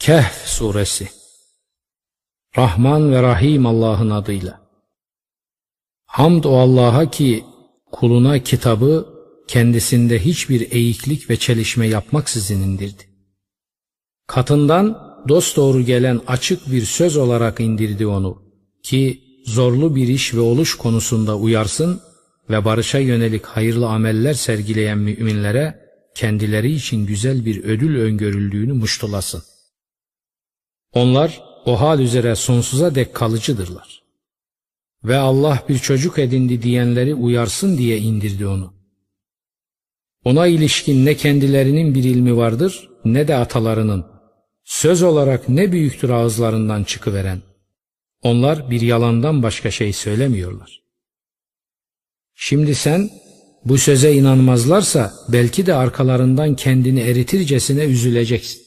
Kehf suresi. Rahman ve Rahim Allah'ın adıyla. Hamd o Allah'a ki kuluna kitabı kendisinde hiçbir eğiklik ve çelişme yapmaksızın indirdi. Katından dosdoğru gelen açık bir söz olarak indirdi onu ki zorlu bir iş ve oluş konusunda uyarsın ve barışa yönelik hayırlı ameller sergileyen müminlere kendileri için güzel bir ödül öngörüldüğünü muştulasın. Onlar o hal üzere sonsuza dek kalıcıdırlar. Ve Allah bir çocuk edindi diyenleri uyarsın diye indirdi onu. Ona ilişkin ne kendilerinin bir ilmi vardır ne de atalarının. Söz olarak ne büyüktür ağızlarından çıkıveren. Onlar bir yalandan başka şey söylemiyorlar. Şimdi sen bu söze inanmazlarsa belki de arkalarından kendini eritircesine üzüleceksin.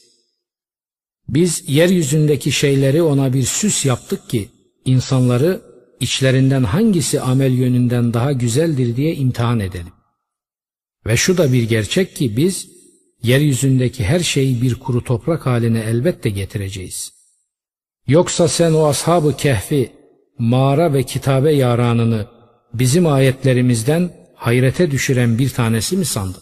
Biz yeryüzündeki şeyleri ona bir süs yaptık ki insanları içlerinden hangisi amel yönünden daha güzeldir diye imtihan edelim. Ve şu da bir gerçek ki biz yeryüzündeki her şeyi bir kuru toprak haline elbette getireceğiz. Yoksa sen o ashab-ı kehfi, mağara ve kitabe yaranını bizim ayetlerimizden hayrete düşüren bir tanesi mi sandın?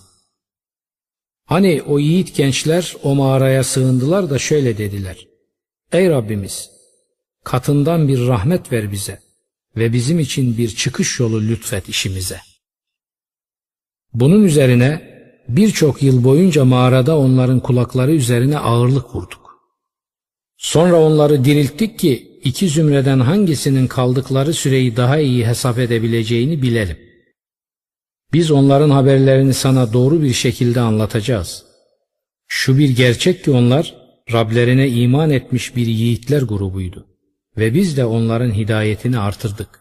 Hani o yiğit gençler o mağaraya sığındılar da şöyle dediler: Ey Rabbimiz, katından bir rahmet ver bize ve bizim için bir çıkış yolu lütfet işimize. Bunun üzerine birçok yıl boyunca mağarada onların kulakları üzerine ağırlık vurduk. Sonra onları dirilttik ki iki zümreden hangisinin kaldıkları süreyi daha iyi hesap edebileceğini bilelim. Biz onların haberlerini sana doğru bir şekilde anlatacağız. Şu bir gerçek ki onlar Rablerine iman etmiş bir yiğitler grubuydu ve biz de onların hidayetini artırdık.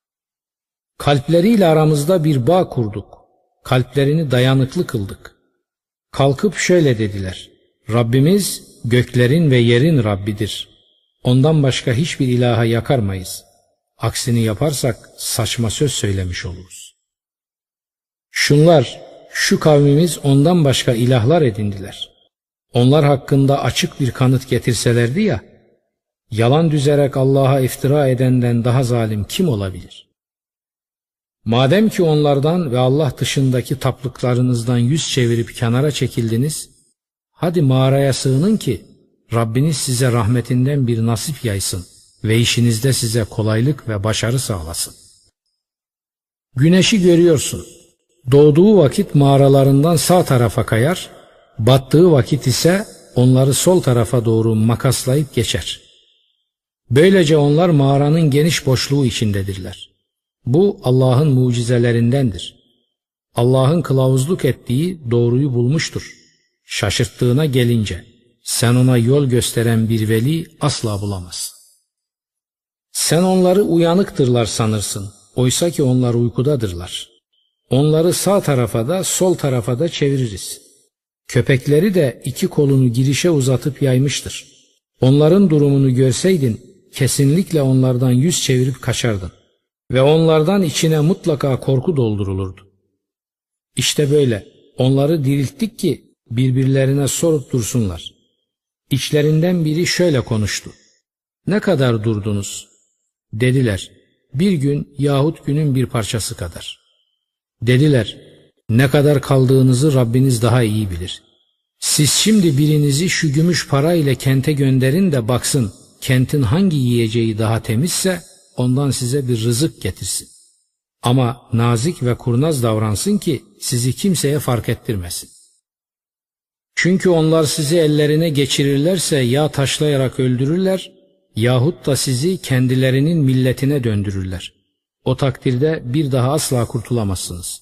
Kalpleriyle aramızda bir bağ kurduk, kalplerini dayanıklı kıldık. Kalkıp şöyle dediler: Rabbimiz göklerin ve yerin Rabbidir. Ondan başka hiçbir ilaha yakarmayız. Aksini yaparsak saçma söz söylemiş oluruz. Şunlar, şu kavmimiz ondan başka ilahlar edindiler. Onlar hakkında açık bir kanıt getirselerdi ya, yalan düzerek Allah'a iftira edenden daha zalim kim olabilir? Madem ki onlardan ve Allah dışındaki taplıklarınızdan yüz çevirip kenara çekildiniz, hadi mağaraya sığının ki Rabbiniz size rahmetinden bir nasip yaysın ve işinizde size kolaylık ve başarı sağlasın. Güneşi görüyorsun. Doğduğu vakit mağaralarından sağ tarafa kayar, battığı vakit ise onları sol tarafa doğru makaslayıp geçer. Böylece onlar mağaranın geniş boşluğu içindedirler. Bu Allah'ın mucizelerindendir. Allah'ın kılavuzluk ettiği doğruyu bulmuştur. Şaşırttığına gelince sen ona yol gösteren bir veli asla bulamazsın. Sen onları uyanıktırlar sanırsın. Oysa ki onlar uykudadırlar. Onları sağ tarafa da sol tarafa da çeviririz. Köpekleri de iki kolunu girişe uzatıp yaymıştır. Onların durumunu görseydin kesinlikle onlardan yüz çevirip kaçardın. Ve onlardan içine mutlaka korku doldurulurdu. İşte böyle onları dirilttik ki birbirlerine sorup dursunlar. İçlerinden biri şöyle konuştu: Ne kadar durdunuz? Dediler: Bir gün yahut günün bir parçası kadar. Dediler: Ne kadar kaldığınızı Rabbiniz daha iyi bilir. Siz şimdi birinizi şu gümüş para ile kente gönderin de baksın kentin hangi yiyeceği daha temizse ondan size bir rızık getirsin. Ama nazik ve kurnaz davransın ki sizi kimseye fark ettirmesin. Çünkü onlar sizi ellerine geçirirlerse ya taşlayarak öldürürler yahut da sizi kendilerinin milletine döndürürler. O takdirde bir daha asla kurtulamazsınız.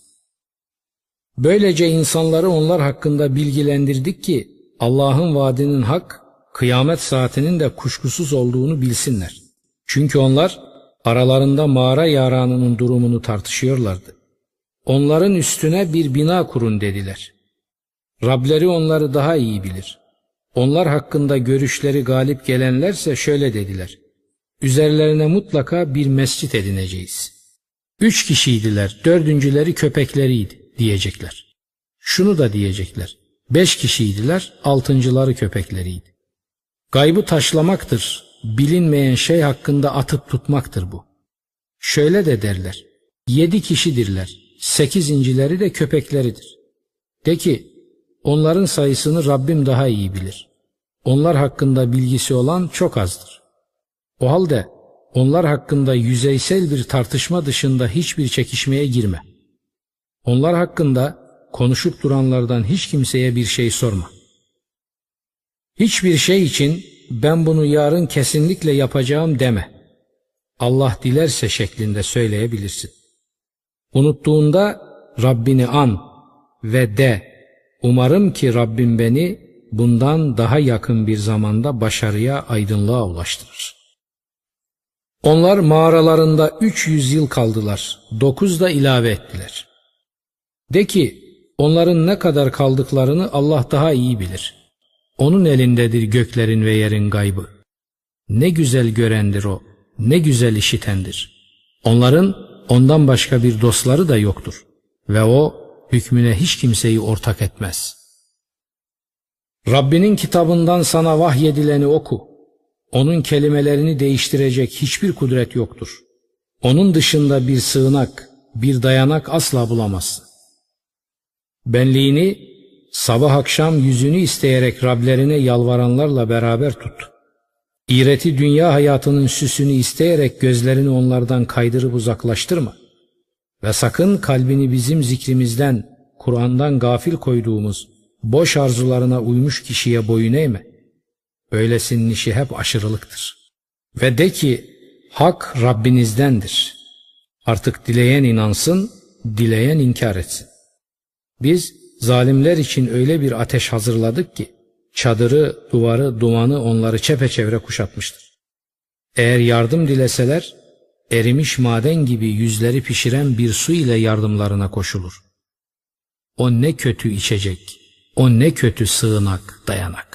Böylece insanları onlar hakkında bilgilendirdik ki Allah'ın vaadinin hak, kıyamet saatinin de kuşkusuz olduğunu bilsinler. Çünkü onlar aralarında mağara yaranının durumunu tartışıyorlardı. Onların üstüne bir bina kurun dediler. Rableri onları daha iyi bilir. Onlar hakkında görüşleri galip gelenlerse şöyle dediler: Üzerlerine mutlaka bir mescit edineceğiz. 3 kişiydiler, 4.'leri köpekleriydi diyecekler. Şunu da diyecekler: 5 kişiydiler, 6.'ları köpekleriydi. Gaybı taşlamaktır, bilinmeyen şey hakkında atıp tutmaktır bu. Şöyle de derler, 7 kişidirler, 8.'leri de köpekleridir. De ki, onların sayısını Rabbim daha iyi bilir. Onlar hakkında bilgisi olan çok azdır. O halde onlar hakkında yüzeysel bir tartışma dışında hiçbir çekişmeye girme. Onlar hakkında konuşup duranlardan hiç kimseye bir şey sorma. Hiçbir şey için ben bunu yarın kesinlikle yapacağım deme. Allah dilerse şeklinde söyleyebilirsin. Unuttuğunda Rabbini an ve de, umarım ki Rabbim beni bundan daha yakın bir zamanda başarıya, aydınlığa ulaştırır. Onlar mağaralarında 300 yıl kaldılar, 9 da ilave ettiler. De ki, onların ne kadar kaldıklarını Allah daha iyi bilir. Onun elindedir göklerin ve yerin gaybı. Ne güzel görendir o, ne güzel işitendir. Onların ondan başka bir dostları da yoktur ve o hükmüne hiç kimseyi ortak etmez. Rabbinin kitabından sana vahyedileni oku. Onun kelimelerini değiştirecek hiçbir kudret yoktur. Onun dışında bir sığınak, bir dayanak asla bulamazsın. Benliğini sabah akşam yüzünü isteyerek Rablerine yalvaranlarla beraber tut. İğreti dünya hayatının süsünü isteyerek gözlerini onlardan kaydırıp uzaklaştırma. Ve sakın kalbini bizim zikrimizden, Kur'an'dan gafil koyduğumuz boş arzularına uymuş kişiye boyun eğme. Öylesinin işi hep aşırılıktır. Ve de ki, hak Rabbinizdendir. Artık dileyen inansın, dileyen inkar etsin. Biz zalimler için öyle bir ateş hazırladık ki, çadırı, duvarı, dumanı onları çepeçevre kuşatmıştır. Eğer yardım dileseler, erimiş maden gibi yüzleri pişiren bir su ile yardımlarına koşulur. O ne kötü içecek, o ne kötü sığınak, dayanak.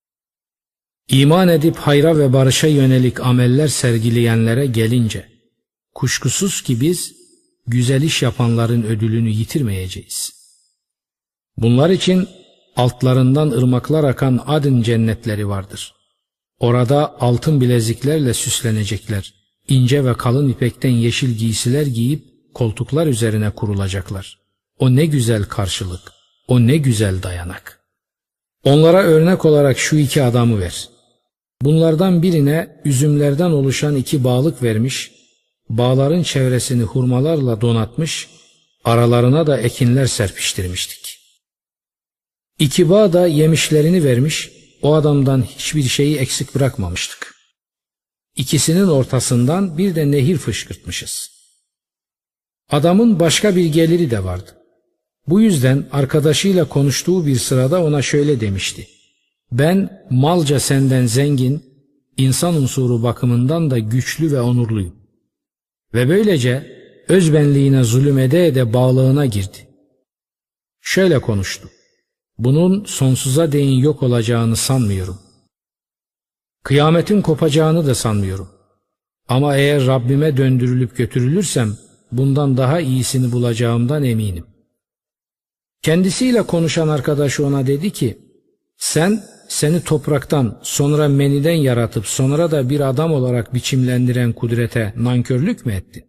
İman edip hayra ve barışa yönelik ameller sergileyenlere gelince, kuşkusuz ki biz, güzel iş yapanların ödülünü yitirmeyeceğiz. Bunlar için altlarından ırmaklar akan Adın cennetleri vardır. Orada altın bileziklerle süslenecekler, ince ve kalın ipekten yeşil giysiler giyip koltuklar üzerine kurulacaklar. O ne güzel karşılık, o ne güzel dayanak. Onlara örnek olarak şu 2 adamı ver. Bunlardan birine üzümlerden oluşan 2 bağlık vermiş, bağların çevresini hurmalarla donatmış, aralarına da ekinler serpiştirmiştik. 2 bağ da yemişlerini vermiş, o adamdan hiçbir şeyi eksik bırakmamıştık. İkisinin ortasından bir de nehir fışkırtmışız. Adamın başka bir geliri de vardı. Bu yüzden arkadaşıyla konuştuğu bir sırada ona şöyle demişti. Ben malca senden zengin, insan unsuru bakımından da güçlü ve onurluyum. Ve böylece özbenliğine zulüm ede ede bağlığına girdi. Şöyle konuştu. Bunun sonsuza değin yok olacağını sanmıyorum. Kıyametin kopacağını da sanmıyorum. Ama eğer Rabbime döndürülüp götürülürsem bundan daha iyisini bulacağımdan eminim. Kendisiyle konuşan arkadaşı ona dedi ki, sen seni topraktan sonra meniden yaratıp sonra da bir adam olarak biçimlendiren kudrete nankörlük mü ettin?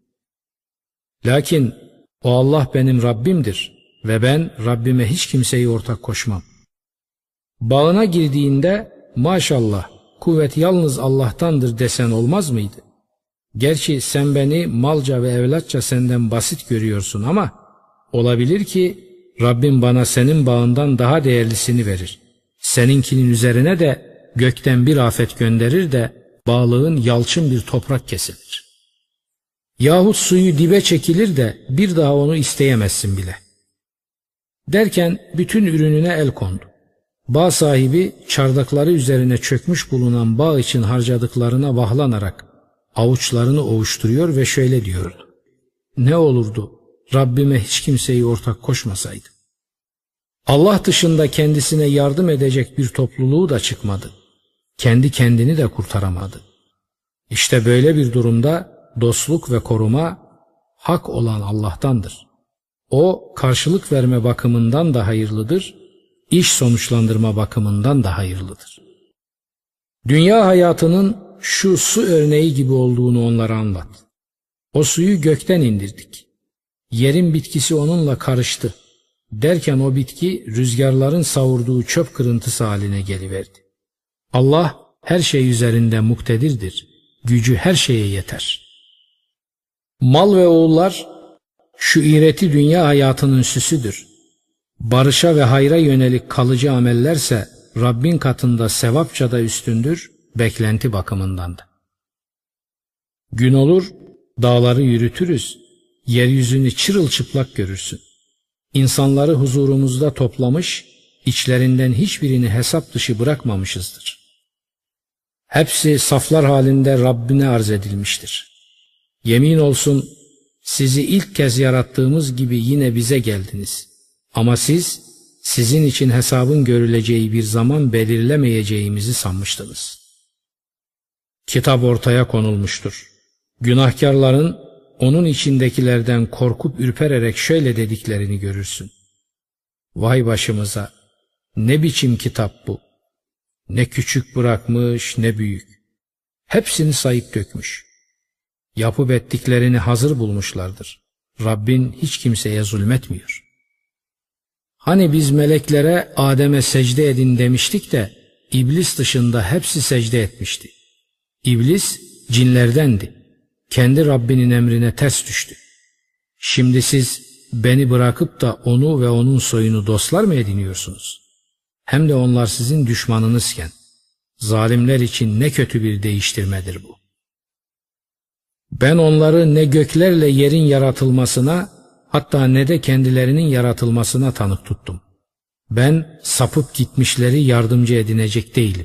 Lakin o Allah benim Rabbimdir ve ben Rabbime hiç kimseyi ortak koşmam. Bağına girdiğinde maşallah kuvvet yalnız Allah'tandır desen olmaz mıydı? Gerçi sen beni malca ve evlatça senden basit görüyorsun ama olabilir ki Rabbim bana senin bağından daha değerlisini verir. Seninkinin üzerine de gökten bir afet gönderir de bağlığın yalçın bir toprak kesilir. Yahut suyu dibe çekilir de bir daha onu isteyemezsin bile. Derken bütün ürününe el kondu. Bağ sahibi çardakları üzerine çökmüş bulunan bağ için harcadıklarına vahlanarak avuçlarını ovuşturuyor ve şöyle diyordu. Ne olurdu Rabbime hiç kimseyi ortak koşmasaydı. Allah dışında kendisine yardım edecek bir topluluğu da çıkmadı. Kendi kendini de kurtaramadı. İşte böyle bir durumda dostluk ve koruma hak olan Allah'tandır. O karşılık verme bakımından da hayırlıdır, iş sonuçlandırma bakımından da hayırlıdır. Dünya hayatının şu su örneği gibi olduğunu onlara anlat. O suyu gökten indirdik. Yerin bitkisi onunla karıştı. Derken o bitki rüzgarların savurduğu çöp kırıntısı haline geliverdi. Allah her şey üzerinde muktedirdir. Gücü her şeye yeter. Mal ve oğullar şu iğreti dünya hayatının süsüdür. Barışa ve hayra yönelik kalıcı amellerse Rabbin katında sevapça da üstündür, beklenti bakımından da. Gün olur, dağları yürütürüz, yeryüzünü çırılçıplak görürsün. İnsanları huzurumuzda toplamış, içlerinden hiçbirini hesap dışı bırakmamışızdır. Hepsi saflar halinde Rabbine arz edilmiştir. Yemin olsun sizi ilk kez yarattığımız gibi yine bize geldiniz. Ama siz, sizin için hesabın görüleceği bir zaman belirlemeyeceğimizi sanmıştınız. Kitap ortaya konulmuştur. Günahkarların onun içindekilerden korkup ürpererek şöyle dediklerini görürsün. Vay başımıza, ne biçim kitap bu? Ne küçük bırakmış ne büyük. Hepsini sayıp dökmüş. Yapıp ettiklerini hazır bulmuşlardır. Rabbin hiç kimseye zulmetmiyor. Hani biz meleklere Adem'e secde edin demiştik de İblis dışında hepsi secde etmişti. İblis cinlerdendi. Kendi Rabbinin emrine ters düştü. Şimdi siz beni bırakıp da onu ve onun soyunu dostlar mı ediniyorsunuz? Hem de onlar sizin düşmanınızken. Zalimler için ne kötü bir değiştirmedir bu. Ben onları ne göklerle yerin yaratılmasına, hatta ne de kendilerinin yaratılmasına tanık tuttum. Ben sapıp gitmişleri yardımcı edinecek değilim.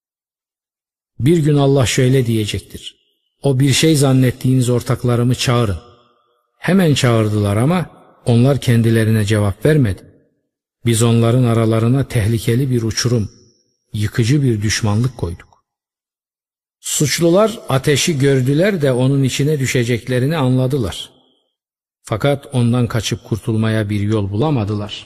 Bir gün Allah şöyle diyecektir. O bir şey zannettiğiniz ortaklarımı çağırın. Hemen çağırdılar ama onlar kendilerine cevap vermedi. Biz onların aralarına tehlikeli bir uçurum, yıkıcı bir düşmanlık koyduk. Suçlular ateşi gördüler de onun içine düşeceklerini anladılar. Fakat ondan kaçıp kurtulmaya bir yol bulamadılar.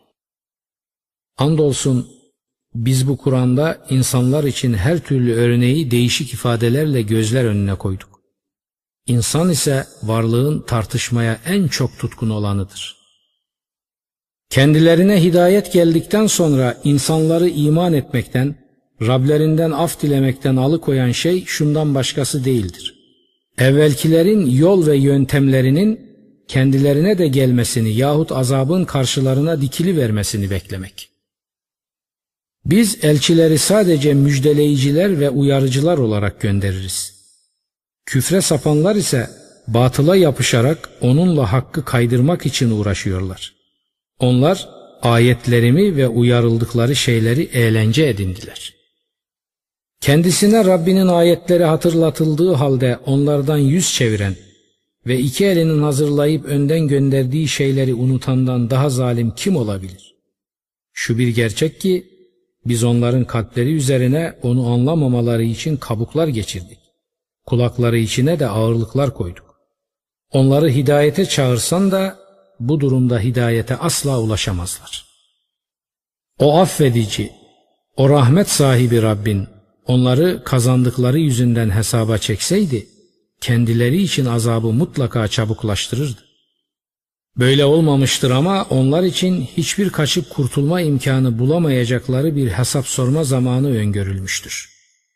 Andolsun biz bu Kur'an'da insanlar için her türlü örneği değişik ifadelerle gözler önüne koyduk. İnsan ise varlığın tartışmaya en çok tutkun olanıdır. Kendilerine hidayet geldikten sonra insanları iman etmekten, Rablerinden af dilemekten alıkoyan şey şundan başkası değildir. Evvelkilerin yol ve yöntemlerinin kendilerine de gelmesini yahut azabın karşılarına dikili vermesini beklemek. Biz elçileri sadece müjdeleyiciler ve uyarıcılar olarak göndeririz. Küfre sapanlar ise batıla yapışarak onunla hakkı kaydırmak için uğraşıyorlar. Onlar ayetlerimi ve uyarıldıkları şeyleri eğlence edindiler. Kendisine Rabbinin ayetleri hatırlatıldığı halde onlardan yüz çeviren ve iki elinin hazırlayıp önden gönderdiği şeyleri unutandan daha zalim kim olabilir? Şu bir gerçek ki biz onların kalpleri üzerine onu anlamamaları için kabuklar geçirdik. Kulakları içine de ağırlıklar koyduk. Onları hidayete çağırsan da bu durumda hidayete asla ulaşamazlar. O affedici, o rahmet sahibi Rabbin onları kazandıkları yüzünden hesaba çekseydi, kendileri için azabı mutlaka çabuklaştırırdı. Böyle olmamıştır ama onlar için hiçbir kaçıp kurtulma imkanı bulamayacakları bir hesap sorma zamanı öngörülmüştür.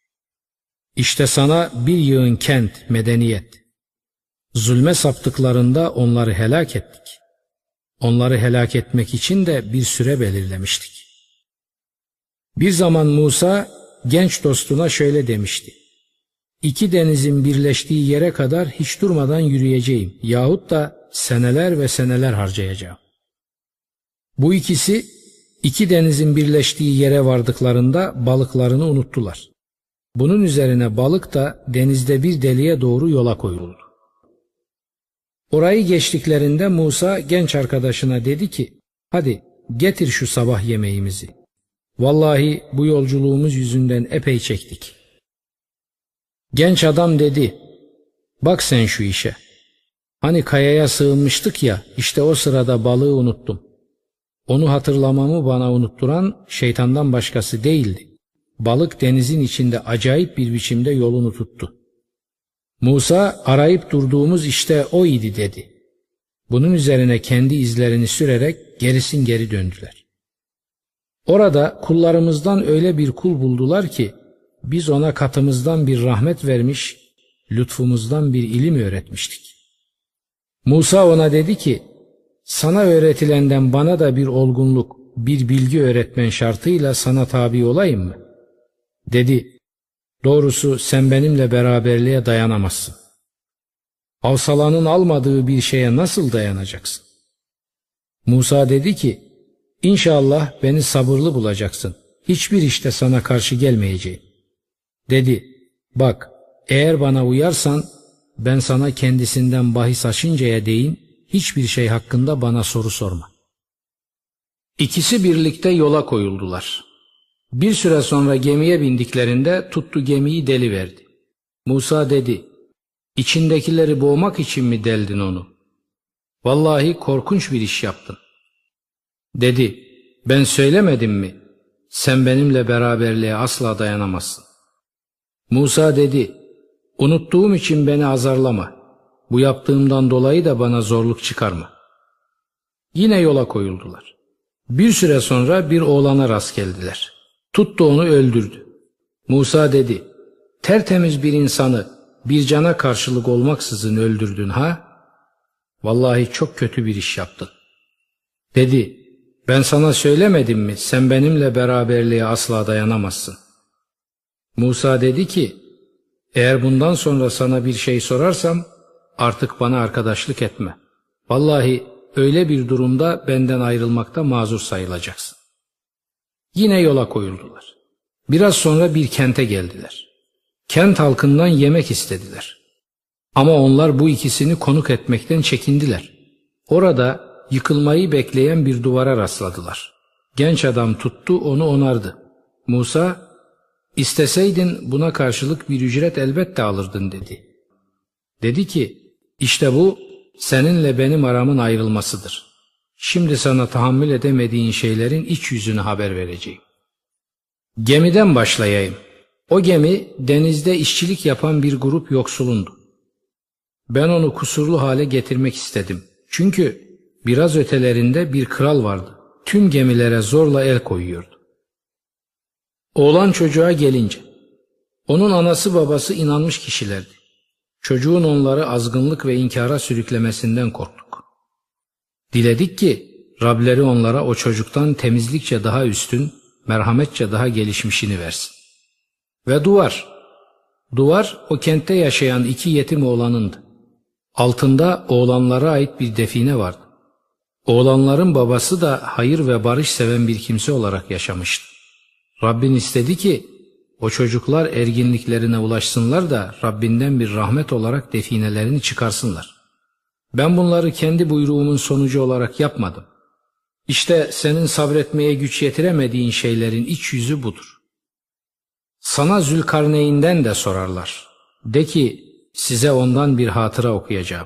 İşte sana bir yığın kent, medeniyet. Zulme saptıklarında onları helak ettik. Onları helak etmek için de bir süre belirlemiştik. Bir zaman Musa genç dostuna şöyle demişti. İki denizin birleştiği yere kadar hiç durmadan yürüyeceğim yahut da seneler ve seneler harcayacağım. Bu ikisi iki denizin birleştiği yere vardıklarında balıklarını unuttular. Bunun üzerine balık da denizde bir deliğe doğru yola koyuldu. Orayı geçtiklerinde Musa genç arkadaşına dedi ki, hadi getir şu sabah yemeğimizi. Vallahi bu yolculuğumuz yüzünden epey çektik. Genç adam dedi, bak sen şu işe. Hani kayaya sığınmıştık ya, işte o sırada balığı unuttum. Onu hatırlamamı bana unutturan şeytandan başkası değildi. balık denizin içinde acayip bir biçimde yolunu tuttu. Musa, arayıp durduğumuz işte o idi dedi. Bunun üzerine kendi izlerini sürerek gerisin geri döndüler. Orada kullarımızdan öyle bir kul buldular ki biz ona katımızdan bir rahmet vermiş, lütfumuzdan bir ilim öğretmiştik. Musa ona dedi ki, sana öğretilenden bana da bir olgunluk, bir bilgi öğretmen şartıyla sana tabi olayım mı? Dedi, doğrusu sen benimle beraberliğe dayanamazsın. Havsalanın almadığı bir şeye nasıl dayanacaksın? Musa dedi ki, İnşallah beni sabırlı bulacaksın. Hiçbir işte sana karşı gelmeyeceğim. Dedi, bak eğer bana uyarsan ben sana kendisinden bahis açıncaya değin hiçbir şey hakkında bana soru sorma. İkisi birlikte yola koyuldular. Bir süre sonra gemiye bindiklerinde tuttu gemiyi deliverdi. Musa dedi, İçindekileri boğmak için mi deldin onu? Vallahi korkunç bir iş yaptın. Dedi, ben söylemedim mi? Sen benimle beraberliğe asla dayanamazsın. Musa dedi, unuttuğum için beni azarlama. Bu yaptığımdan dolayı da bana zorluk çıkarma. Yine yola koyuldular. Bir süre sonra bir oğlana rast geldiler. Tuttu onu öldürdü. Musa dedi, tertemiz bir insanı bir cana karşılık olmaksızın öldürdün ha? Vallahi çok kötü bir iş yaptın. Dedi, ben sana söylemedim mi sen benimle beraberliğe asla dayanamazsın. Musa dedi ki, eğer bundan sonra sana bir şey sorarsam artık bana arkadaşlık etme. Vallahi öyle bir durumda benden ayrılmakta mazur sayılacaksın. Yine yola koyuldular. Biraz sonra bir kente geldiler. Kent halkından yemek istediler. Ama onlar bu ikisini konuk etmekten çekindiler. Orada yıkılmayı bekleyen bir duvara rastladılar. Genç adam tuttu onu onardı. Musa, isteseydin buna karşılık bir ücret elbette alırdın dedi. Dedi ki, işte bu seninle benim aramın ayrılmasıdır. Şimdi sana tahammül edemediğin şeylerin iç yüzünü haber vereceğim. Gemiden başlayayım. O gemi denizde işçilik yapan bir grup yoksulundu. Ben onu kusurlu hale getirmek istedim. Çünkü biraz ötelerinde bir kral vardı. Tüm gemilere zorla el koyuyordu. Oğlan çocuğa gelince, onun anası babası inanmış kişilerdi. Çocuğun onları azgınlık ve inkara sürüklemesinden korktuk. Diledik ki Rableri onlara o çocuktan temizlikçe daha üstün, merhametçe daha gelişmişini versin. Ve duvar o kentte yaşayan 2 yetim oğlanındı. Altında oğlanlara ait bir define vardı. Oğlanların babası da hayır ve barış seven bir kimse olarak yaşamıştı. Rabbin istedi ki o çocuklar erginliklerine ulaşsınlar da Rabbinden bir rahmet olarak definelerini çıkarsınlar. Ben bunları kendi buyruğumun sonucu olarak yapmadım. İşte senin sabretmeye güç yetiremediğin şeylerin iç yüzü budur. Sana Zülkarneyn'den de sorarlar. De ki size ondan bir hatıra okuyacağım.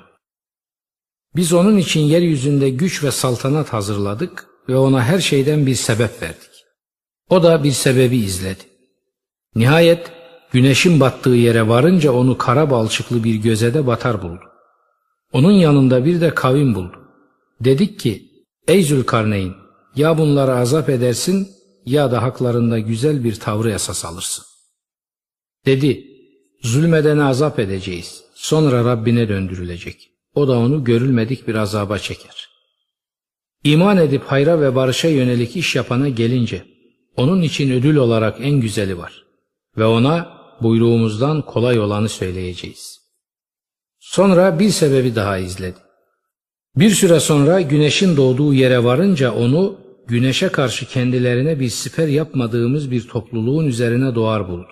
Biz onun için yeryüzünde güç ve saltanat hazırladık ve ona her şeyden bir sebep verdik. O da bir sebebi izledi. Nihayet güneşin battığı yere varınca onu kara balçıklı bir gözede batar buldu. Onun yanında bir de kavim buldu. Dedik ki, ey Zülkarneyn, ya bunları azap edersin ya da haklarında güzel bir tavrı esas alırsın. Dedi, zulmedeni azap edeceğiz. Sonra Rabbine döndürülecek. O da onu görülmedik bir azaba çeker. İman edip hayra ve barışa yönelik iş yapana gelince, onun için ödül olarak en güzeli var. Ve ona buyruğumuzdan kolay olanı söyleyeceğiz. Sonra bir sebebi daha izledi. Bir süre sonra güneşin doğduğu yere varınca onu güneşe karşı kendilerine bir siper yapmadığımız bir topluluğun üzerine doğar buldu.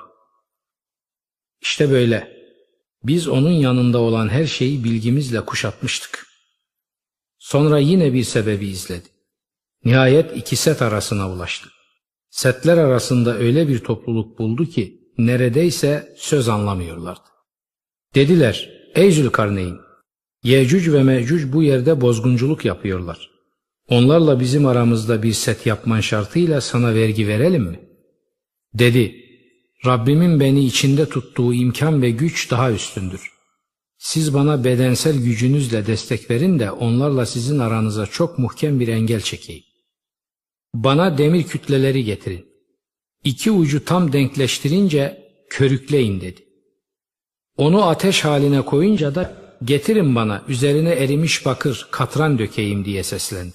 İşte böyle. Biz onun yanında olan her şeyi bilgimizle kuşatmıştık. Sonra yine bir sebebi izledi. Nihayet 2 set arasına ulaştı. Setler arasında öyle bir topluluk buldu ki neredeyse söz anlamıyorlardı. Dediler, ey Zülkarneyn, Yecüc ve Mecüc bu yerde bozgunculuk yapıyorlar. Onlarla bizim aramızda bir set yapman şartıyla sana vergi verelim mi? Dedi, Rabbimin beni içinde tuttuğu imkan ve güç daha üstündür. Siz bana bedensel gücünüzle destek verin de onlarla sizin aranıza çok muhkem bir engel çekeyim. Bana demir kütleleri getirin. 2 ucu tam denkleştirince körükleyin dedi. Onu ateş haline koyunca da getirin bana üzerine erimiş bakır, katran dökeyim diye seslendi.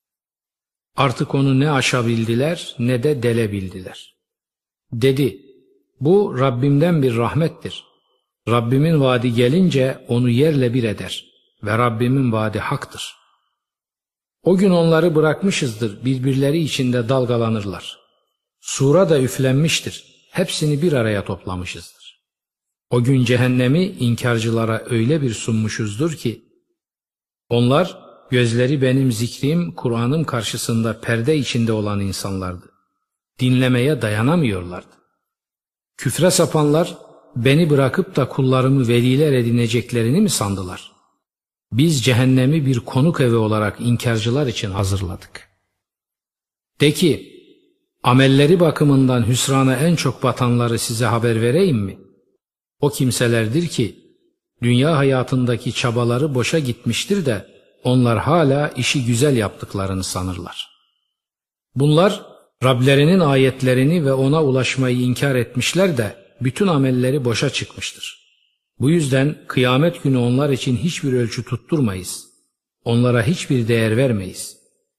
Artık onu ne aşabildiler ne de delebildiler. Dedi, bu Rabbimden bir rahmettir. Rabbimin vaadi gelince onu yerle bir eder ve Rabbimin vaadi haktır. O gün onları bırakmışızdır, birbirleri içinde dalgalanırlar. Sura da üflenmiştir, hepsini bir araya toplamışızdır. O gün cehennemi inkarcılara öyle bir sunmuşuzdur ki, onlar gözleri benim zikrim, Kur'an'ım karşısında perde içinde olan insanlardı. Dinlemeye dayanamıyorlardı. Küfre sapanlar, beni bırakıp da kullarımı veliler edineceklerini mi sandılar? Biz cehennemi bir konuk evi olarak inkarcılar için hazırladık. De ki, amelleri bakımından hüsrana en çok batanları size haber vereyim mi? O kimselerdir ki, dünya hayatındaki çabaları boşa gitmiştir de, onlar hala işi güzel yaptıklarını sanırlar. Bunlar, Rablerinin ayetlerini ve ona ulaşmayı inkar etmişler de, bütün amelleri boşa çıkmıştır. Bu yüzden kıyamet günü onlar için hiçbir ölçü tutturmayız. Onlara hiçbir değer vermeyiz.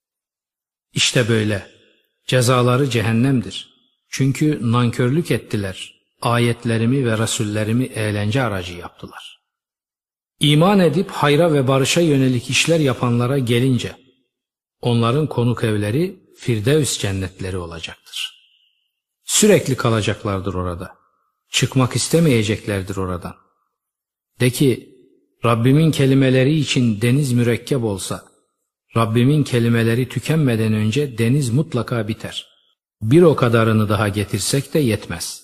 İşte böyle. Cezaları cehennemdir. Çünkü nankörlük ettiler. Ayetlerimi ve Resullerimi eğlence aracı yaptılar. İman edip hayra ve barışa yönelik işler yapanlara gelince, onların konuk evleri Firdevs cennetleri olacaktır. Sürekli kalacaklardır orada. Çıkmak istemeyeceklerdir oradan. De ki, Rabbimin kelimeleri için deniz mürekkep olsa, Rabbimin kelimeleri tükenmeden önce deniz mutlaka biter. Bir o kadarını daha getirsek de yetmez.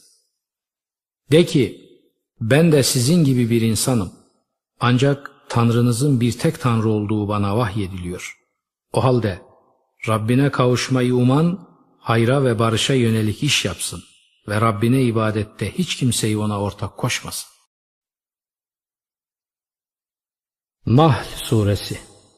De ki, ben de sizin gibi bir insanım. Ancak Tanrınızın bir tek Tanrı olduğu bana vahyediliyor. O halde Rabbine kavuşmayı uman, hayra ve barışa yönelik iş yapsın ve Rabbine ibadette hiç kimseyi ona ortak koşmasın. Nahl Suresi.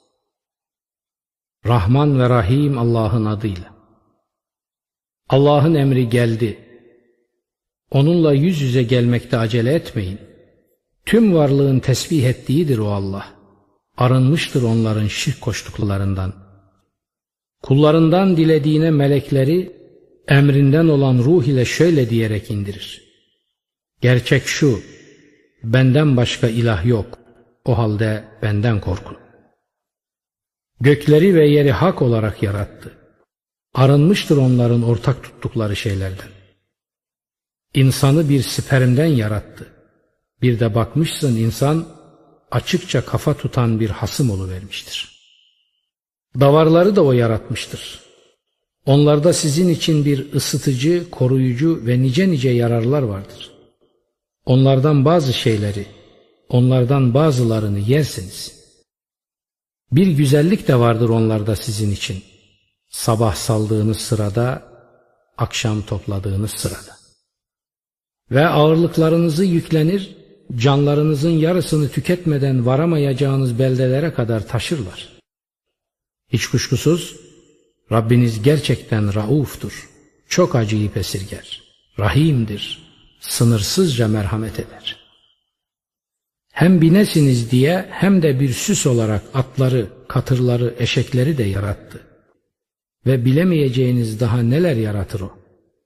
Rahman ve Rahim Allah'ın adıyla. Allah'ın emri geldi. Onunla yüz yüze gelmekte acele etmeyin. Tüm varlığın tesbih ettiğidir o Allah. Arınmıştır onların şirk koştuklarından. Kullarından dilediğine melekleri emrinden olan ruh ile şöyle diyerek indirir. Gerçek şu, benden başka ilah yok. O halde benden korkun. Gökleri ve yeri hak olarak yarattı. Arınmıştır onların ortak tuttukları şeylerden. İnsanı bir spermden yarattı. Bir de bakmışsın insan açıkça kafa tutan bir hasım oluvermiştir. Davarları da o yaratmıştır. Onlarda sizin için bir ısıtıcı, koruyucu ve nice nice yararlar vardır. Onlardan bazı şeyleri, onlardan bazılarını yersiniz. Bir güzellik de vardır onlarda sizin için. Sabah saldığınız sırada, akşam topladığınız sırada. Ve ağırlıklarınızı yüklenir, canlarınızın yarısını tüketmeden varamayacağınız beldelere kadar taşırlar. Hiç kuşkusuz Rabbiniz gerçekten rauftur, çok acıyıp esirger, rahimdir, sınırsızca merhamet eder. Hem binesiniz diye hem de bir süs olarak atları, katırları, eşekleri de yarattı. Ve bilemeyeceğiniz daha neler yaratır o.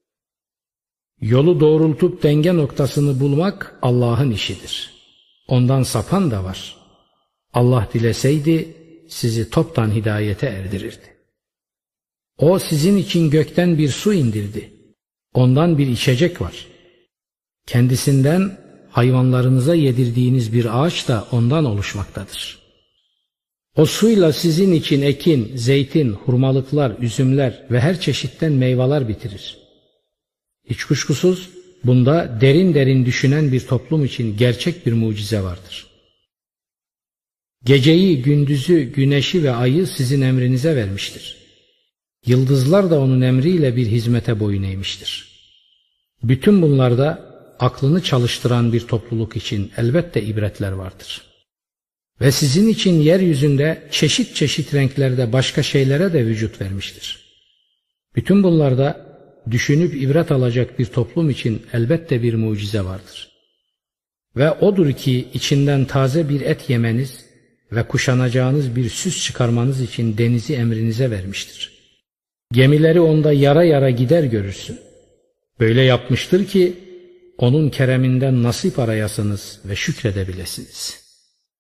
Yolu doğrultup denge noktasını bulmak Allah'ın işidir. Ondan sapan da var. Allah dileseydi sizi toptan hidayete erdirirdi. O sizin için gökten bir su indirdi. Ondan bir içecek var. Kendisinden hayvanlarınıza yedirdiğiniz bir ağaç da ondan oluşmaktadır. O suyla sizin için ekin, zeytin, hurmalıklar, üzümler ve her çeşitten meyveler bitirir. Hiç kuşkusuz bunda derin derin düşünen bir toplum için gerçek bir mucize vardır. Geceyi, gündüzü, güneşi ve ayı sizin emrinize vermiştir. Yıldızlar da onun emriyle bir hizmete boyun eğmiştir. Bütün bunlarda aklını çalıştıran bir topluluk için elbette ibretler vardır. Ve sizin için yeryüzünde çeşit çeşit renklerde başka şeylere de vücut vermiştir. Bütün bunlarda düşünüp ibret alacak bir toplum için elbette bir mucize vardır. Ve odur ki içinden taze bir et yemeniz ve kuşanacağınız bir süs çıkarmanız için denizi emrinize vermiştir. Gemileri onda yara yara gider görürsün. Böyle yapmıştır ki onun kereminden nasip arayasınız ve şükredebilesiniz.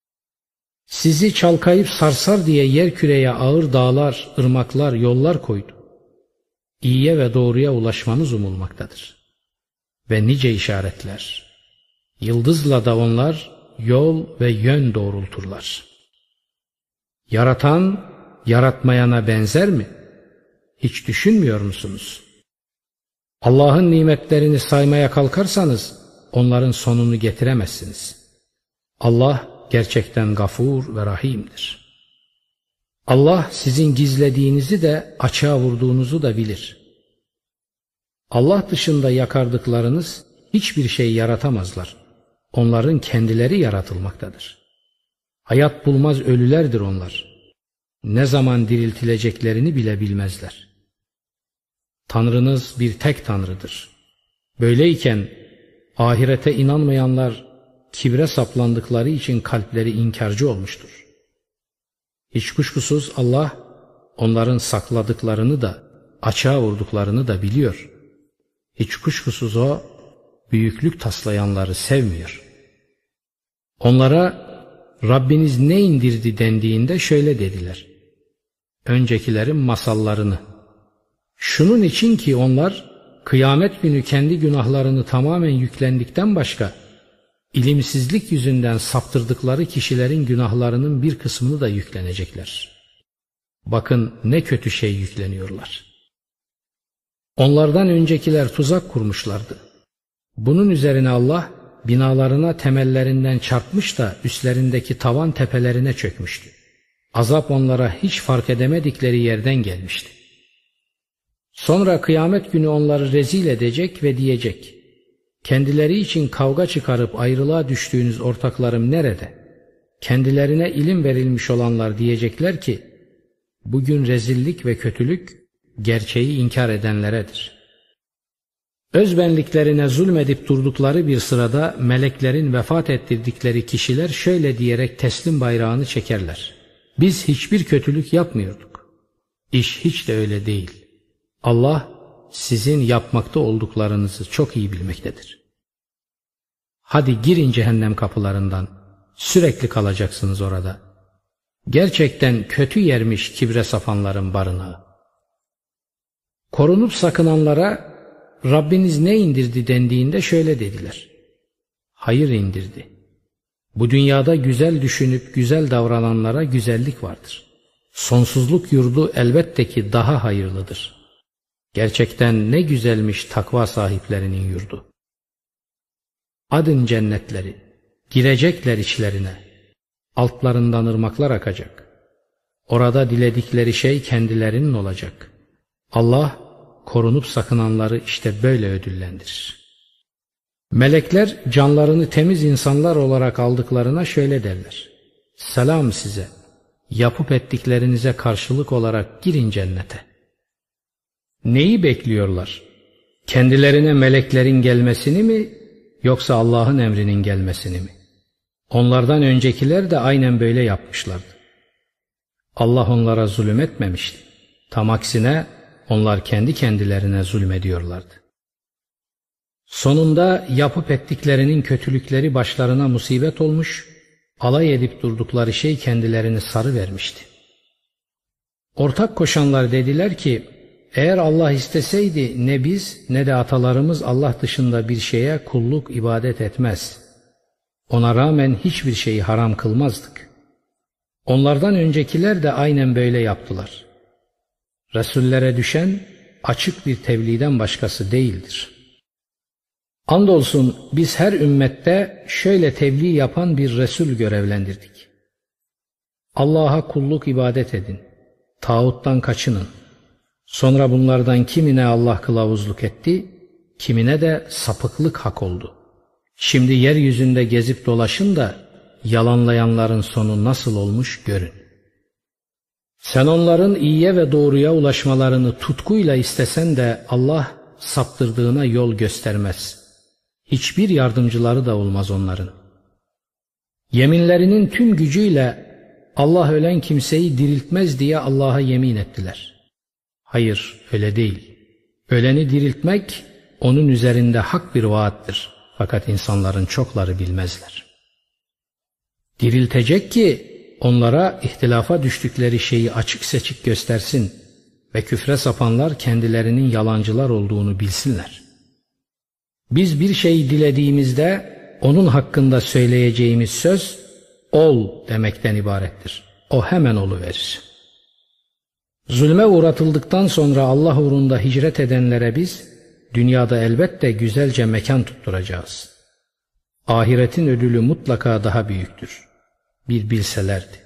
Sizi çalkayıp sarsar diye yerküreye ağır dağlar, ırmaklar, yollar koydu. İyiye ve doğruya ulaşmanız umulmaktadır. Ve nice işaretler. Yıldızla da onlar yol ve yön doğrulturlar. Yaratan, yaratmayana benzer mi? Hiç düşünmüyor musunuz? Allah'ın nimetlerini saymaya kalkarsanız onların sonunu getiremezsiniz. Allah gerçekten gafur ve rahimdir. Allah sizin gizlediğinizi de açığa vurduğunuzu da bilir. Allah dışında yakardıklarınız hiçbir şey yaratamazlar. Onların kendileri yaratılmaktadır. Hayat bulmaz ölülerdir onlar. Ne zaman diriltileceklerini bile bilmezler. Tanrınız bir tek Tanrıdır. Böyleyken ahirete inanmayanlar kibre saplandıkları için kalpleri inkarcı olmuştur. Hiç kuşkusuz Allah onların sakladıklarını da açığa vurduklarını da biliyor. Hiç kuşkusuz o büyüklük taslayanları sevmiyor. Onlara Rabbiniz ne indirdi dendiğinde şöyle dediler: öncekilerin masallarını. Şunun için ki onlar kıyamet günü kendi günahlarını tamamen yüklendikten başka ilimsizlik yüzünden saptırdıkları kişilerin günahlarının bir kısmını da yüklenecekler. Bakın ne kötü şey yükleniyorlar. Onlardan öncekiler tuzak kurmuşlardı. Bunun üzerine Allah binalarına temellerinden çarpmış da üstlerindeki tavan tepelerine çökmüştü. Azap onlara hiç fark edemedikleri yerden gelmişti. Sonra kıyamet günü onları rezil edecek ve diyecek: kendileri için kavga çıkarıp ayrılığa düştüğünüz ortaklarım nerede? Kendilerine ilim verilmiş olanlar diyecekler ki, bugün rezillik ve kötülük gerçeği inkar edenleredir. Özbenliklerine zulmedip durdukları bir sırada meleklerin vefat ettirdikleri kişiler şöyle diyerek teslim bayrağını çekerler: biz hiçbir kötülük yapmıyorduk. İş hiç de öyle değil. Allah sizin yapmakta olduklarınızı çok iyi bilmektedir. Hadi girin cehennem kapılarından, sürekli kalacaksınız orada. Gerçekten kötü yermiş kibre sapanların barınağı. Korunup sakınanlara Rabbiniz ne indirdi dendiğinde şöyle dediler: hayır indirdi. Bu dünyada güzel düşünüp güzel davrananlara güzellik vardır. Sonsuzluk yurdu elbette ki daha hayırlıdır. Gerçekten ne güzelmiş takva sahiplerinin yurdu. Adın cennetleri, girecekler içlerine, altlarından ırmaklar akacak. Orada diledikleri şey kendilerinin olacak. Allah korunup sakınanları işte böyle ödüllendirir. Melekler canlarını temiz insanlar olarak aldıklarına şöyle derler: selam size, yapıp ettiklerinize karşılık olarak girin cennete. Neyi bekliyorlar? Kendilerine meleklerin gelmesini mi, yoksa Allah'ın emrinin gelmesini mi? Onlardan öncekiler de aynen böyle yapmışlardı. Allah onlara zulüm etmemişti. Tam aksine onlar kendi kendilerine zulmediyorlardı. Sonunda yapıp ettiklerinin kötülükleri başlarına musibet olmuş, alay edip durdukları şey kendilerini sarıvermişti. Ortak koşanlar dediler ki, eğer Allah isteseydi ne biz ne de atalarımız Allah dışında bir şeye kulluk ibadet etmez. Ona rağmen hiçbir şeyi haram kılmazdık. Onlardan öncekiler de aynen böyle yaptılar. Resullere düşen açık bir tebliğden başkası değildir. Andolsun biz her ümmette şöyle tebliğ yapan bir Resul görevlendirdik. Allah'a kulluk ibadet edin, tağuttan kaçının. Sonra bunlardan kimine Allah kılavuzluk etti, kimine de sapıklık hak oldu. Şimdi yeryüzünde gezip dolaşın da yalanlayanların sonu nasıl olmuş görün. Sen onların iyiye ve doğruya ulaşmalarını tutkuyla istesen de Allah saptırdığına yol göstermez. Hiçbir yardımcıları da olmaz onların. Yeminlerinin tüm gücüyle Allah ölen kimseyi diriltmez diye Allah'a yemin ettiler. Hayır, öyle değil. Öleni diriltmek onun üzerinde hak bir vaattir. Fakat insanların çokları bilmezler. Diriltecek ki onlara ihtilafa düştükleri şeyi açık seçik göstersin ve küfre sapanlar kendilerinin yalancılar olduğunu bilsinler. Biz bir şeyi dilediğimizde onun hakkında söyleyeceğimiz söz ol demekten ibarettir. O hemen oluverir. Zulme uğratıldıktan sonra Allah uğrunda hicret edenlere biz dünyada elbette güzelce mekan tutturacağız. Ahiretin ödülü mutlaka daha büyüktür. Bir bilselerdi.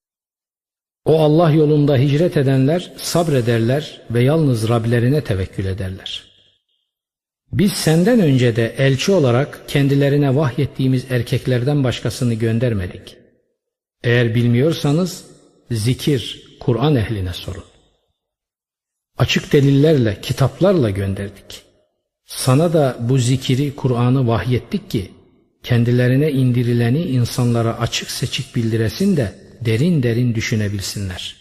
O Allah yolunda hicret edenler sabrederler ve yalnız Rablerine tevekkül ederler. Biz senden önce de elçi olarak kendilerine vahyettiğimiz erkeklerden başkasını göndermedik. Eğer bilmiyorsanız zikir, Kur'an ehline sorun. Açık delillerle, kitaplarla gönderdik. Sana da bu zikiri, Kur'an'ı vahyettik ki kendilerine indirileni insanlara açık seçik bildiresin de derin derin düşünebilsinler.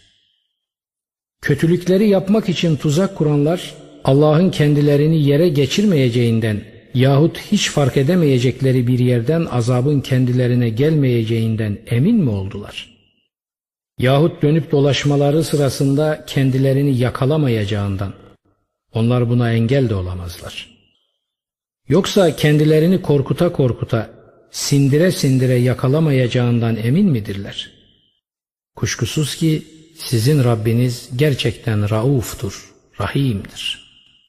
Kötülükleri yapmak için tuzak kuranlar Allah'ın kendilerini yere geçirmeyeceğinden yahut hiç fark edemeyecekleri bir yerden azabın kendilerine gelmeyeceğinden emin mi oldular? Yahut dönüp dolaşmaları sırasında kendilerini yakalamayacağından onlar buna engel de olamazlar. Yoksa kendilerini korkuta korkuta, sindire sindire yakalamayacağından emin midirler? Kuşkusuz ki sizin Rabbiniz gerçekten rauftur, rahimdir.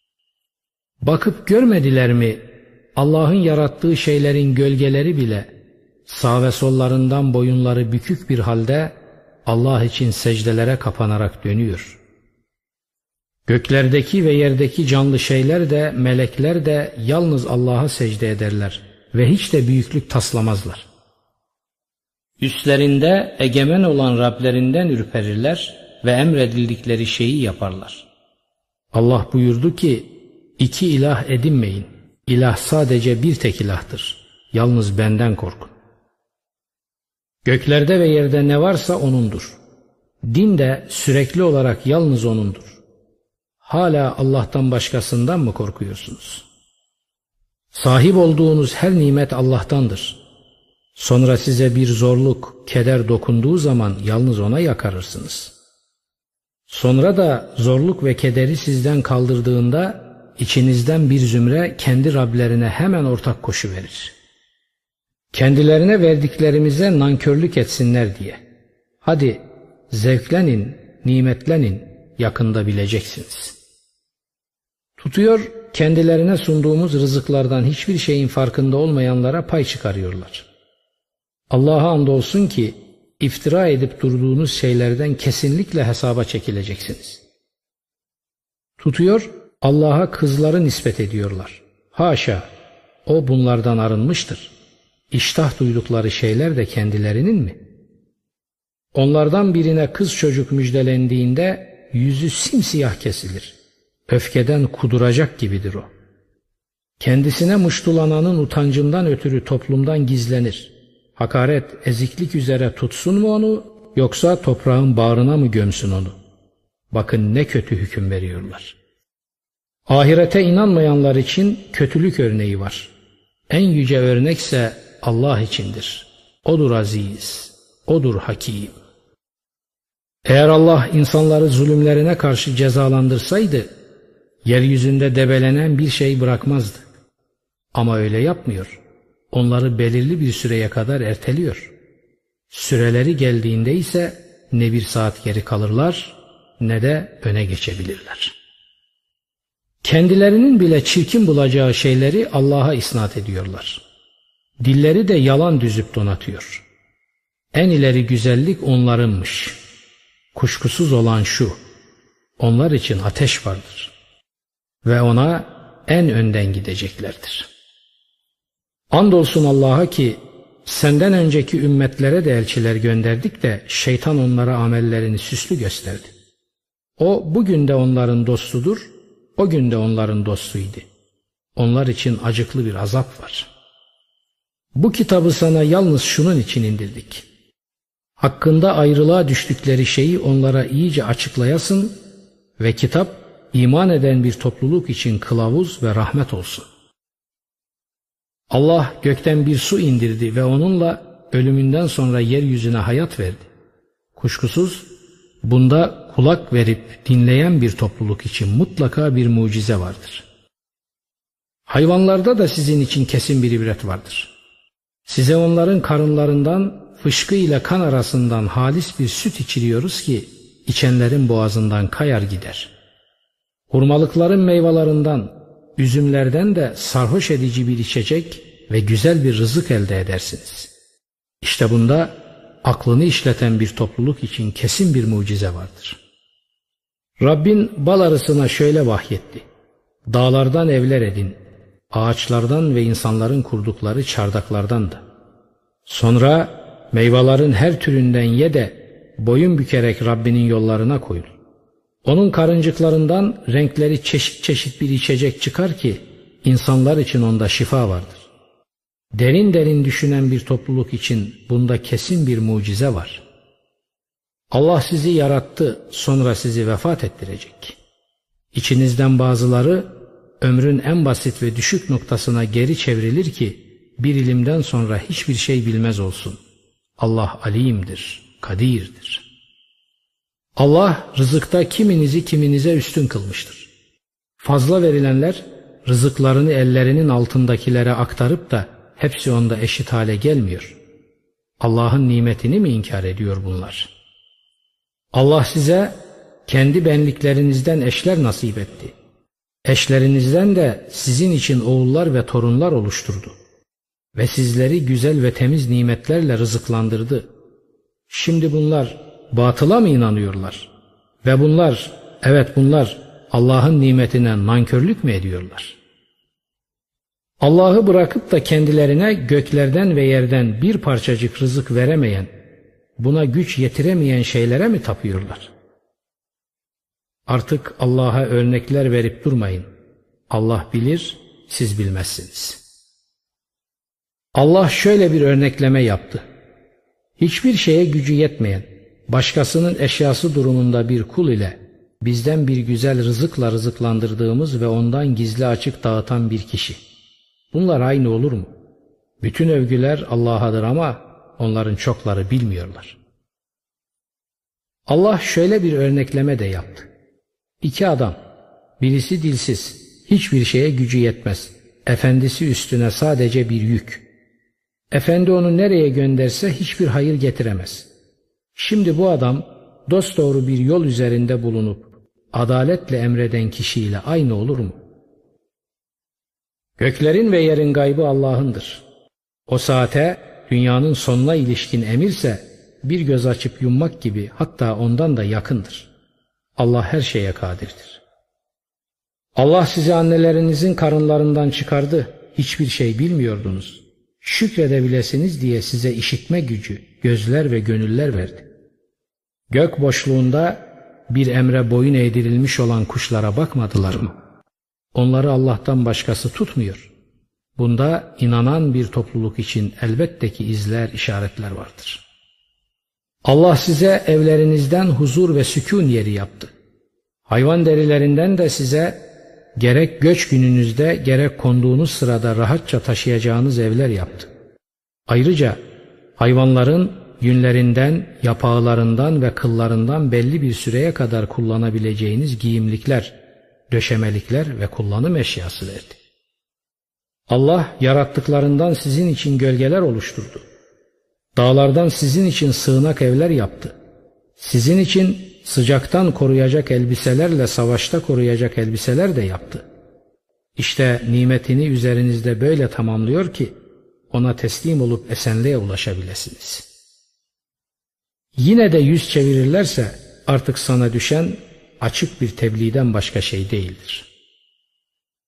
Bakıp görmediler mi Allah'ın yarattığı şeylerin gölgeleri bile sağ ve sollarından boyunları bükük bir halde Allah için secdelere kapanarak dönüyor. Göklerdeki ve yerdeki canlı şeyler de melekler de yalnız Allah'a secde ederler ve hiç de büyüklük taslamazlar. Üstlerinde egemen olan Rablerinden ürperirler ve emredildikleri şeyi yaparlar. Allah buyurdu ki, İki ilah edinmeyin. İlah sadece bir tek ilahtır. Yalnız benden korkun. Göklerde ve yerde ne varsa O'nundur. Din de sürekli olarak yalnız O'nundur. Hala Allah'tan başkasından mı korkuyorsunuz? Sahip olduğunuz her nimet Allah'tandır. Sonra size bir zorluk, keder dokunduğu zaman yalnız O'na yakarırsınız. Sonra da zorluk ve kederi sizden kaldırdığında İçinizden bir zümre kendi Rablerine hemen ortak koşuverir. Kendilerine verdiklerimize nankörlük etsinler diye. Hadi zevklenin, nimetlenin, yakında bileceksiniz. Tutuyor, kendilerine sunduğumuz rızıklardan hiçbir şeyin farkında olmayanlara pay çıkarıyorlar. Allah'a andolsun ki iftira edip durduğunuz şeylerden kesinlikle hesaba çekileceksiniz. Tutuyor, Allah'a kızları nispet ediyorlar. Haşa, O bunlardan arınmıştır. İştah duydukları şeyler de kendilerinin mi? Onlardan birine kız çocuk müjdelendiğinde yüzü simsiyah kesilir. Öfkeden kuduracak gibidir o. Kendisine muştulananın utancından ötürü toplumdan gizlenir. Hakaret, eziklik üzere tutsun mu onu, yoksa toprağın bağrına mı gömsün onu? Bakın ne kötü hüküm veriyorlar. Ahirete inanmayanlar için kötülük örneği var. En yüce örnekse Allah içindir. O'dur aziz, O'dur hakim. Eğer Allah insanları zulümlerine karşı cezalandırsaydı, yeryüzünde debelenen bir şey bırakmazdı. Ama öyle yapmıyor. Onları belirli bir süreye kadar erteliyor. Süreleri geldiğinde ise ne bir saat geri kalırlar ne de öne geçebilirler. Kendilerinin bile çirkin bulacağı şeyleri Allah'a isnat ediyorlar. Dilleri de yalan düzüp donatıyor. En ileri güzellik onlarınmış. Kuşkusuz olan şu, onlar için ateş vardır. Ve ona en önden gideceklerdir. Andolsun Allah'a ki senden önceki ümmetlere de elçiler gönderdik de şeytan onlara amellerini süslü gösterdi. O bugün de onların dostudur, o gün de onların dostuydu. Onlar için acıklı bir azap var. Bu kitabı sana yalnız şunun için indirdik. Hakkında ayrılığa düştükleri şeyi onlara iyice açıklayasın ve kitap iman eden bir topluluk için kılavuz ve rahmet olsun. Allah gökten bir su indirdi ve onunla ölümünden sonra yeryüzüne hayat verdi. Kuşkusuz bunda kulak verip dinleyen bir topluluk için mutlaka bir mucize vardır. Hayvanlarda da sizin için kesin bir ibret vardır. Size onların karınlarından fışkı ile kan arasından halis bir süt içiriyoruz ki içenlerin boğazından kayar gider. Hurmalıkların meyvelerinden, üzümlerden de sarhoş edici bir içecek ve güzel bir rızık elde edersiniz. İşte bunda aklını işleten bir topluluk için kesin bir mucize vardır. Rabbin bal arısına şöyle vahyetti. Dağlardan evler edin, ağaçlardan ve insanların kurdukları çardaklardan da. Sonra meyvelerin her türünden ye de boyun bükerek Rabbinin yollarına koyul. Onun karıncıklarından renkleri çeşit çeşit bir içecek çıkar ki insanlar için onda şifa vardır. Derin derin düşünen bir topluluk için bunda kesin bir mucize var. Allah sizi yarattı, sonra sizi vefat ettirecek. İçinizden bazıları ömrün en basit ve düşük noktasına geri çevrilir ki bir ilimden sonra hiçbir şey bilmez olsun. Allah alimdir, kadirdir. Allah rızıkta kiminizi kiminize üstün kılmıştır. Fazla verilenler rızıklarını ellerinin altındakilere aktarıp da hepsi onda eşit hale gelmiyor. Allah'ın nimetini mi inkar ediyor bunlar? Allah size kendi benliklerinizden eşler nasip etti. Eşlerinizden de sizin için oğullar ve torunlar oluşturdu. Ve sizleri güzel ve temiz nimetlerle rızıklandırdı. Şimdi bunlar batıla mı inanıyorlar? Ve bunlar Allah'ın nimetine nankörlük mü ediyorlar? Allah'ı bırakıp da kendilerine göklerden ve yerden bir parçacık rızık veremeyen, buna güç yetiremeyen şeylere mi tapıyorlar? Artık Allah'a örnekler verip durmayın. Allah bilir, siz bilmezsiniz. Allah şöyle bir örnekleme yaptı. Hiçbir şeye gücü yetmeyen, başkasının eşyası durumunda bir kul ile bizden bir güzel rızıkla rızıklandırdığımız ve ondan gizli açık dağıtan bir kişi. Bunlar aynı olur mu? Bütün övgüler Allah'adır ama onların çokları bilmiyorlar. Allah şöyle bir örnekleme de yaptı. İki adam, birisi dilsiz, hiçbir şeye gücü yetmez. Efendisi üstüne sadece bir yük. Efendi onu nereye gönderse hiçbir hayır getiremez. Şimdi bu adam dosdoğru bir yol üzerinde bulunup adaletle emreden kişiyle aynı olur mu? Göklerin ve yerin gaybı Allah'ındır. O saate dünyanın sonuna ilişkin emirse bir göz açıp yummak gibi, hatta ondan da yakındır. Allah her şeye kadirdir. Allah sizi annelerinizin karınlarından çıkardı. Hiçbir şey bilmiyordunuz. Şükredebilesiniz diye size işitme gücü, gözler ve gönüller verdi. Gök boşluğunda bir emre boyun eğdirilmiş olan kuşlara bakmadılar mı? Onları Allah'tan başkası tutmuyor. Bunda inanan bir topluluk için elbette ki izler, işaretler vardır. Allah size evlerinizden huzur ve sükun yeri yaptı. Hayvan derilerinden de size gerek göç gününüzde gerek konduğunuz sırada rahatça taşıyacağınız evler yaptı. Ayrıca hayvanların yünlerinden, yapağlarından ve kıllarından belli bir süreye kadar kullanabileceğiniz giyimlikler, döşemelikler ve kullanım eşyası verdi. Allah yarattıklarından sizin için gölgeler oluşturdu. Dağlardan sizin için sığınak evler yaptı. Sizin için sıcaktan koruyacak elbiselerle savaşta koruyacak elbiseler de yaptı. İşte nimetini üzerinizde böyle tamamlıyor ki ona teslim olup esenliğe ulaşabilesiniz. Yine de yüz çevirirlerse artık sana düşen açık bir tebliğden başka şey değildir.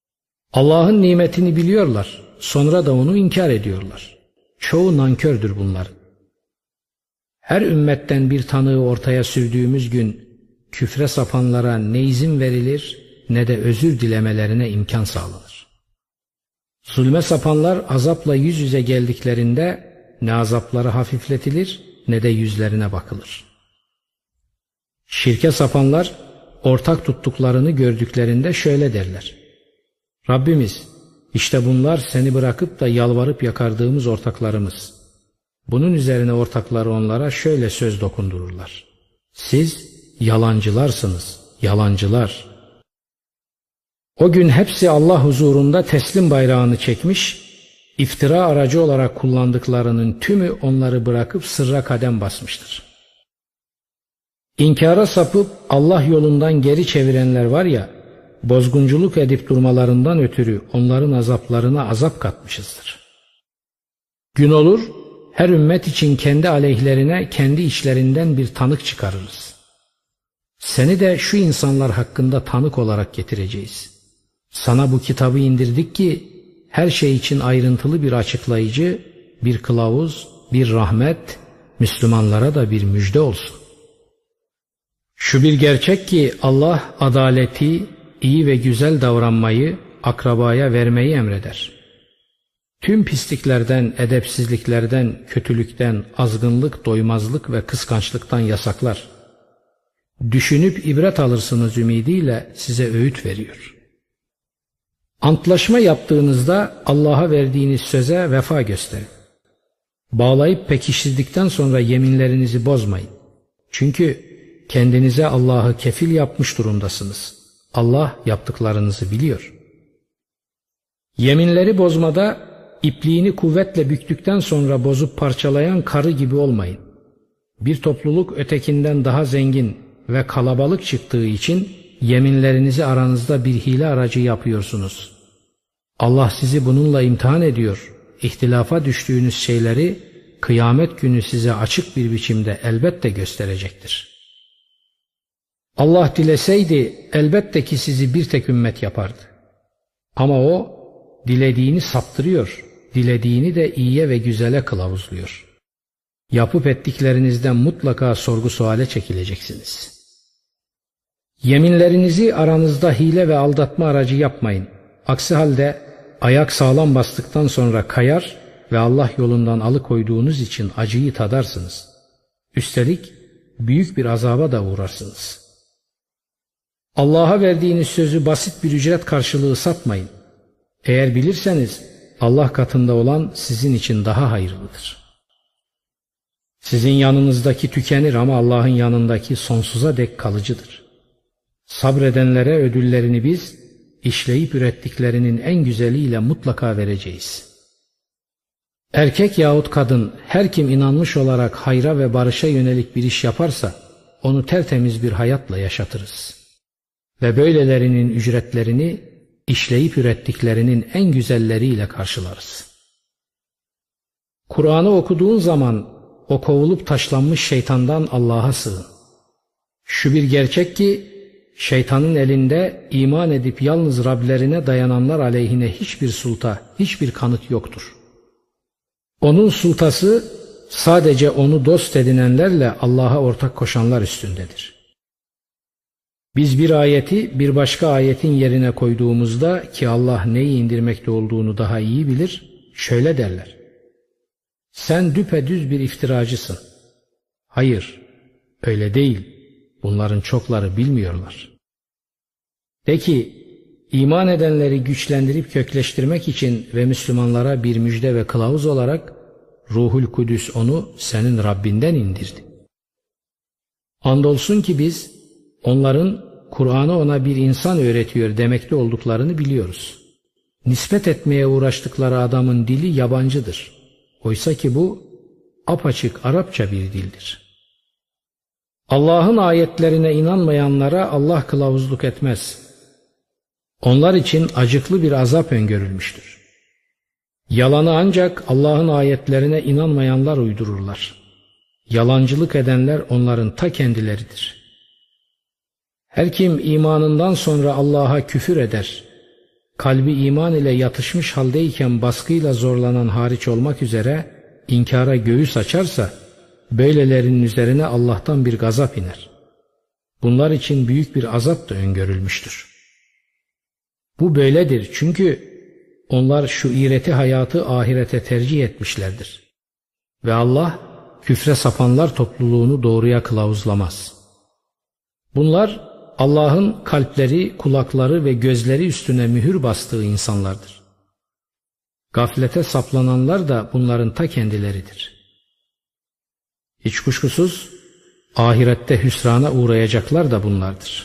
Allah'ın nimetini biliyorlar, sonra da onu inkar ediyorlar. Çoğu nankördür bunların. Her ümmetten bir tanığı ortaya sürdüğümüz gün küfre sapanlara ne izin verilir ne de özür dilemelerine imkan sağlanır. Zulme sapanlar azapla yüz yüze geldiklerinde ne azapları hafifletilir ne de yüzlerine bakılır. Şirke sapanlar ortak tuttuklarını gördüklerinde şöyle derler: Rabbimiz, işte bunlar seni bırakıp da yalvarıp yakardığımız ortaklarımız. Bunun üzerine ortakları onlara şöyle söz dokundururlar: Siz yalancılarsınız, yalancılar. O gün hepsi Allah huzurunda teslim bayrağını çekmiş, iftira aracı olarak kullandıklarının tümü onları bırakıp sırra kadem basmıştır. İnkara sapıp Allah yolundan geri çevirenler var ya, bozgunculuk edip durmalarından ötürü onların azaplarına azap katmışızdır. Gün olur, her ümmet için kendi aleyhlerine kendi içlerinden bir tanık çıkarırız. Seni de şu insanlar hakkında tanık olarak getireceğiz. Sana bu kitabı indirdik ki her şey için ayrıntılı bir açıklayıcı, bir kılavuz, bir rahmet, Müslümanlara da bir müjde olsun. Şu bir gerçek ki Allah adaleti, iyi ve güzel davranmayı, akrabaya vermeyi emreder. Tüm pisliklerden, edepsizliklerden, kötülükten, azgınlık, doymazlık ve kıskançlıktan yasaklar. Düşünüp ibret alırsınız ümidiyle size öğüt veriyor. Antlaşma yaptığınızda Allah'a verdiğiniz söze vefa gösterin. Bağlayıp pekiştirdikten sonra yeminlerinizi bozmayın. Çünkü kendinize Allah'ı kefil yapmış durumdasınız. Allah yaptıklarınızı biliyor. Yeminleri bozmada ipliğini kuvvetle büktükten sonra bozup parçalayan karı gibi olmayın. Bir topluluk ötekinden daha zengin ve kalabalık çıktığı için yeminlerinizi aranızda bir hile aracı yapıyorsunuz. Allah sizi bununla imtihan ediyor. İhtilafa düştüğünüz şeyleri kıyamet günü size açık bir biçimde elbette gösterecektir. Allah dileseydi elbette ki sizi bir tek ümmet yapardı. Ama o dilediğini saptırıyor, dilediğini de iyiye ve güzele kılavuzluyor. Yapıp ettiklerinizden mutlaka sorgu suale çekileceksiniz. Yeminlerinizi aranızda hile ve aldatma aracı yapmayın. Aksi halde ayak sağlam bastıktan sonra kayar ve Allah yolundan alıkoyduğunuz için acıyı tadarsınız. Üstelik büyük bir azaba da uğrarsınız. Allah'a verdiğiniz sözü basit bir ücret karşılığı satmayın. Eğer bilirseniz Allah katında olan sizin için daha hayırlıdır. Sizin yanınızdaki tükenir ama Allah'ın yanındaki sonsuza dek kalıcıdır. Sabredenlere ödüllerini biz işleyip ürettiklerinin en güzeliyle mutlaka vereceğiz. Erkek yahut kadın her kim inanmış olarak hayra ve barışa yönelik bir iş yaparsa onu tertemiz bir hayatla yaşatırız. Ve böylelerinin ücretlerini işleyip ürettiklerinin en güzelleriyle karşılarız. Kur'an'ı okuduğun zaman o kovulup taşlanmış şeytandan Allah'a sığın. Şu bir gerçek ki şeytanın elinde iman edip yalnız Rablerine dayananlar aleyhine hiçbir sulta, hiçbir kanıt yoktur. Onun sultası sadece onu dost edinenlerle Allah'a ortak koşanlar üstündedir. Biz bir ayeti bir başka ayetin yerine koyduğumuzda ki Allah neyi indirmekte olduğunu daha iyi bilir, şöyle derler: Sen düpedüz bir iftiracısın. Hayır, öyle değil. Bunların çokları bilmiyorlar. De ki, iman edenleri güçlendirip kökleştirmek için ve Müslümanlara bir müjde ve kılavuz olarak Ruhul Kudüs onu senin Rabbinden indirdi. Andolsun ki biz onların Kur'an'ı ona bir insan öğretiyor demekte olduklarını biliyoruz. Nispet etmeye uğraştıkları adamın dili yabancıdır. Oysa ki bu apaçık Arapça bir dildir. Allah'ın ayetlerine inanmayanlara Allah kılavuzluk etmez. Onlar için acıklı bir azap öngörülmüştür. Yalanı ancak Allah'ın ayetlerine inanmayanlar uydururlar. Yalancılık edenler onların ta kendileridir. Her kim imanından sonra Allah'a küfür eder kalbi iman ile yatışmış haldeyken baskıyla zorlanan hariç olmak üzere inkara göğüs açarsa, böylelerinin üzerine Allah'tan bir gazap iner. Bunlar için büyük bir azap da öngörülmüştür. Bu böyledir çünkü onlar şu iğreti hayatı ahirete tercih etmişlerdir. Ve Allah küfre sapanlar topluluğunu doğruya kılavuzlamaz. Bunlar Allah'ın kalpleri, kulakları ve gözleri üstüne mühür bastığı insanlardır. Gaflete saplananlar da bunların ta kendileridir. Hiç kuşkusuz ahirette hüsrana uğrayacaklar da bunlardır.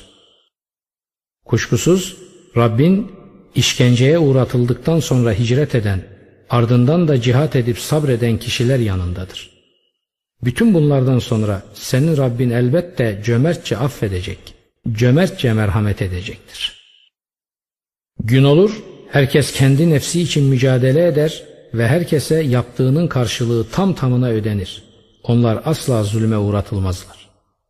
Kuşkusuz Rabbin işkenceye uğratıldıktan sonra hicret eden, ardından da cihat edip sabreden kişiler yanındadır. Bütün bunlardan sonra senin Rabbin elbette cömertçe affedecek, cömertçe merhamet edecektir. Gün olur, herkes kendi nefsi için mücadele eder ve herkese yaptığının karşılığı tam tamına ödenir. Onlar asla zulme uğratılmazlar.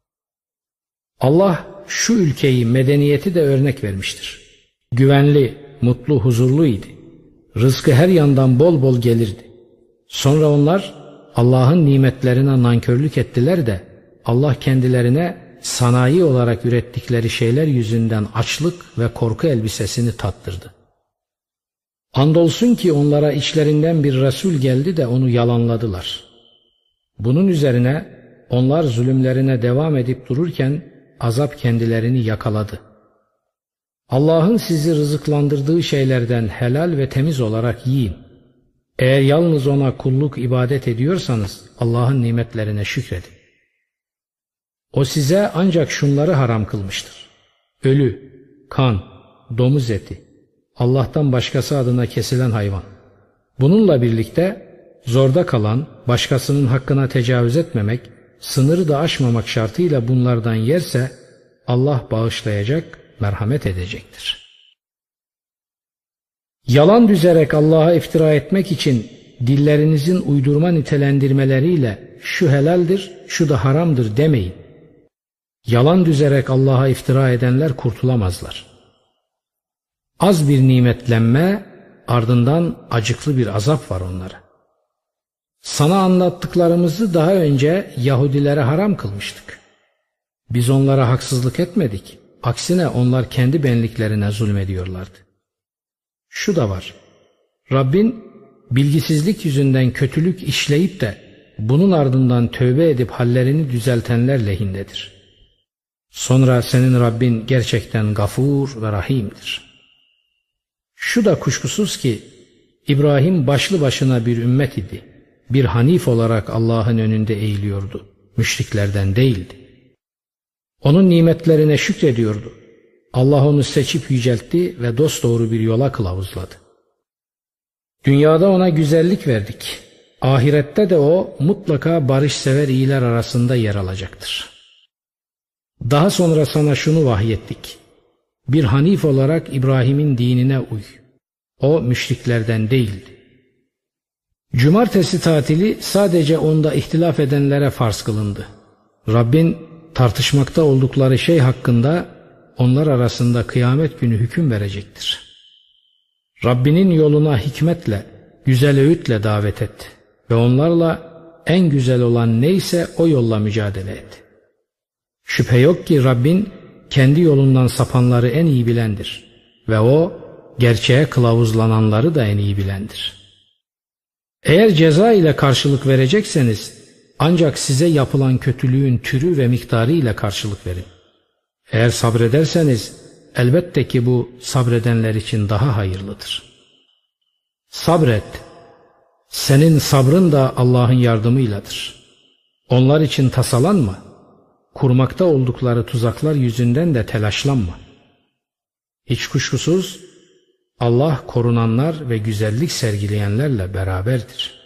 Allah şu ülkeyi, medeniyeti de örnek vermiştir. Güvenli, mutlu, huzurlu idi. Rızkı her yandan bol bol gelirdi. Sonra onlar Allah'ın nimetlerine nankörlük ettiler de Allah kendilerine sanayi olarak ürettikleri şeyler yüzünden açlık ve korku elbisesini tattırdı. Andolsun ki onlara içlerinden bir Resul geldi de onu yalanladılar. Bunun üzerine onlar zulümlerine devam edip dururken azap kendilerini yakaladı. Allah'ın sizi rızıklandırdığı şeylerden helal ve temiz olarak yiyin. Eğer yalnız ona kulluk, ibadet ediyorsanız Allah'ın nimetlerine şükredin. O size ancak şunları haram kılmıştır: ölü, kan, domuz eti, Allah'tan başkası adına kesilen hayvan. Bununla birlikte zorda kalan, başkasının hakkına tecavüz etmemek, sınırı da aşmamak şartıyla bunlardan yerse Allah bağışlayacak, merhamet edecektir. Yalan düzerek Allah'a iftira etmek için dillerinizin uydurma nitelendirmeleriyle şu helaldir, şu da haramdır demeyin. Yalan düzerek Allah'a iftira edenler kurtulamazlar. Az bir nimetlenme, ardından acıklı bir azap var onlara. Sana anlattıklarımızı daha önce Yahudilere haram kılmıştık. Biz onlara haksızlık etmedik. Aksine onlar kendi benliklerine zulmediyorlardı. Şu da var: Rabbin bilgisizlik yüzünden kötülük işleyip de bunun ardından tövbe edip hallerini düzeltenler lehindedir. Sonra senin Rabbin gerçekten gafur ve rahimdir. Şu da kuşkusuz ki İbrahim başlı başına bir ümmet idi. Bir hanif olarak Allah'ın önünde eğiliyordu. Müşriklerden değildi. Onun nimetlerine şükrediyordu. Allah onu seçip yüceltti ve dosdoğru bir yola kılavuzladı. Dünyada ona güzellik verdik. Ahirette de o mutlaka barışsever iyiler arasında yer alacaktır. Daha sonra sana şunu vahyettik: bir hanif olarak İbrahim'in dinine uy. O müşriklerden değildi. Cumartesi tatili sadece onda ihtilaf edenlere farz kılındı. Rabbin tartışmakta oldukları şey hakkında onlar arasında kıyamet günü hüküm verecektir. Rabbinin yoluna hikmetle, güzel öğütle davet et ve onlarla en güzel olan neyse o yolla mücadele et. Şüphe yok ki Rabbin kendi yolundan sapanları en iyi bilendir ve o gerçeğe kılavuzlananları da en iyi bilendir. Eğer ceza ile karşılık verecekseniz ancak size yapılan kötülüğün türü ve miktarı ile karşılık verin. Eğer sabrederseniz elbette ki bu sabredenler için daha hayırlıdır. Sabret. Senin sabrın da Allah'ın yardımıyladır. Onlar için tasalanma. Kurmakta oldukları tuzaklar yüzünden de telaşlanma. Hiç kuşkusuz Allah korunanlar ve güzellik sergileyenlerle beraberdir.